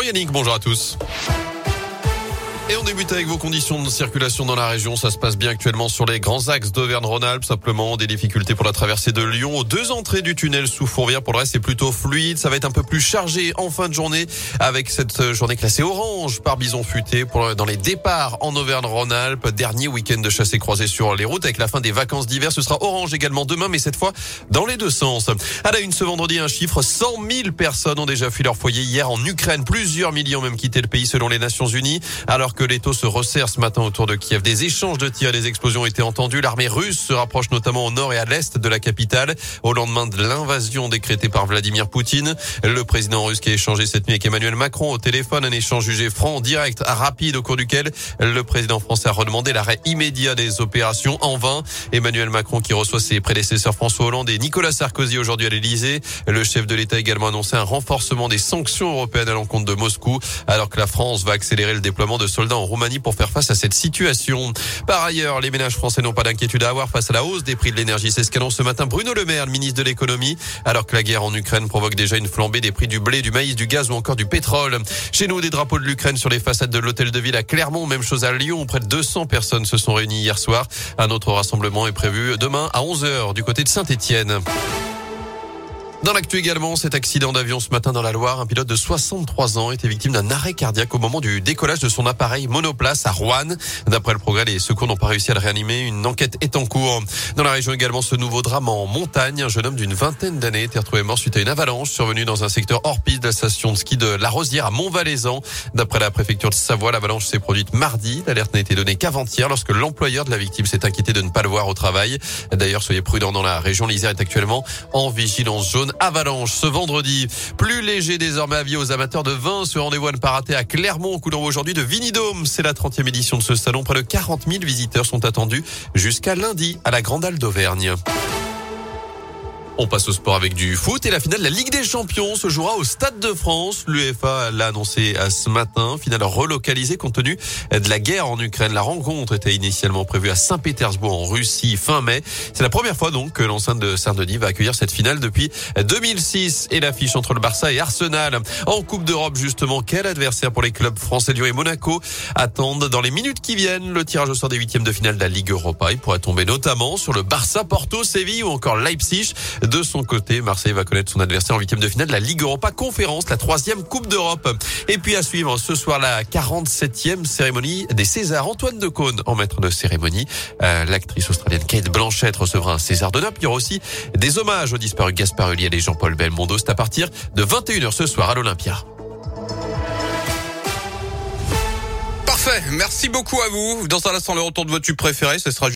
Yannick, bonjour à tous. Et on débute avec vos conditions de circulation dans la région. Ça se passe bien actuellement sur les grands axes d'Auvergne-Rhône-Alpes. Simplement des difficultés pour la traversée de Lyon aux 2 entrées du tunnel sous Fourvière. Pour le reste, c'est plutôt fluide. Ça va être un peu plus chargé en fin de journée avec cette journée classée orange par Bison Futé dans les départs en Auvergne-Rhône-Alpes. Dernier week-end de chassé croisé sur les routes avec la fin des vacances d'hiver. Ce sera orange également demain, mais cette fois dans les deux sens. À la une ce vendredi, un chiffre, 100 000 personnes ont déjà fui leur foyer hier en Ukraine. Plusieurs millions ont même quitté le pays selon les Nations Unies. Alors que les taux se resserrent ce matin autour de Kiev. Des échanges de tirs et des explosions ont été entendus. L'armée russe se rapproche notamment au nord et à l'est de la capitale au lendemain de l'invasion décrétée par Vladimir Poutine. Le président russe qui a échangé cette nuit avec Emmanuel Macron au téléphone, un échange jugé franc, direct, rapide, au cours duquel le président français a redemandé l'arrêt immédiat des opérations en vain. Emmanuel Macron qui reçoit ses prédécesseurs François Hollande et Nicolas Sarkozy aujourd'hui à l'Elysée. Le chef de l'État a également annoncé un renforcement des sanctions européennes à l'encontre de Moscou, alors que la France va accélérer le déploiement de soldats en Roumanie pour faire face à cette situation. Par ailleurs, les ménages français n'ont pas d'inquiétude à avoir face à la hausse des prix de l'énergie. C'est ce qu'annonce ce matin Bruno Le Maire, le ministre de l'économie, alors que la guerre en Ukraine provoque déjà une flambée des prix du blé, du maïs, du gaz ou encore du pétrole. Chez nous, des drapeaux de l'Ukraine sur les façades de l'hôtel de ville à Clermont, même chose à Lyon, où près de 200 personnes se sont réunies hier soir. Un autre rassemblement est prévu demain à 11h du côté de Saint-Étienne. Dans l'actu également, cet accident d'avion ce matin dans la Loire, un pilote de 63 ans était victime d'un arrêt cardiaque au moment du décollage de son appareil monoplace à Roanne. D'après le progrès, les secours n'ont pas réussi à le réanimer. Une enquête est en cours. Dans la région également, ce nouveau drame en montagne. Un jeune homme d'une vingtaine d'années était retrouvé mort suite à une avalanche survenue dans un secteur hors piste de la station de ski de La Rosière à Montvalaisan. D'après la préfecture de Savoie, l'avalanche s'est produite mardi. L'alerte n'a été donnée qu'avant-hier lorsque l'employeur de la victime s'est inquiété de ne pas le voir au travail. D'ailleurs, soyez prudents dans la région. L'Isère est actuellement en vigilance jaune avalanche ce vendredi. Plus léger désormais avis aux amateurs de vin. Ce rendez-vous à ne pas rater à Clermont. Coup d'envoi aujourd'hui de Vinidome. C'est la 30e édition de ce salon. Près de 40 000 visiteurs sont attendus jusqu'à lundi à la Grande Halle d'Auvergne. On passe au sport avec du foot et la finale de la Ligue des Champions se jouera au Stade de France. L'UEFA l'a annoncé ce matin. Finale relocalisée compte tenu de la guerre en Ukraine. La rencontre était initialement prévue à Saint-Pétersbourg en Russie fin mai. C'est la première fois donc que l'enceinte de Saint-Denis va accueillir cette finale depuis 2006 et l'affiche entre le Barça et Arsenal. En Coupe d'Europe justement, quel adversaire pour les clubs français? Lyon et Monaco attendent dans les minutes qui viennent le tirage au sort des 8e de finale de la Ligue Europa. Il pourrait tomber notamment sur le Barça, Porto, Séville ou encore Leipzig. De son côté, Marseille va connaître son adversaire en 8e de finale de la Ligue Europa Conférence, la 3e Coupe d'Europe. Et puis à suivre ce soir la 47e cérémonie des Césars. Antoine Decaune en maître de cérémonie. L'actrice australienne Kate Blanchett recevra un César de Naples. Il y aura aussi des hommages aux disparus Gaspard Ulliel et Jean-Paul Belmondo. C'est à partir de 21h ce soir à l'Olympia. Parfait, merci beaucoup à vous. Dans un instant, le retour de votre tube préféré, ce sera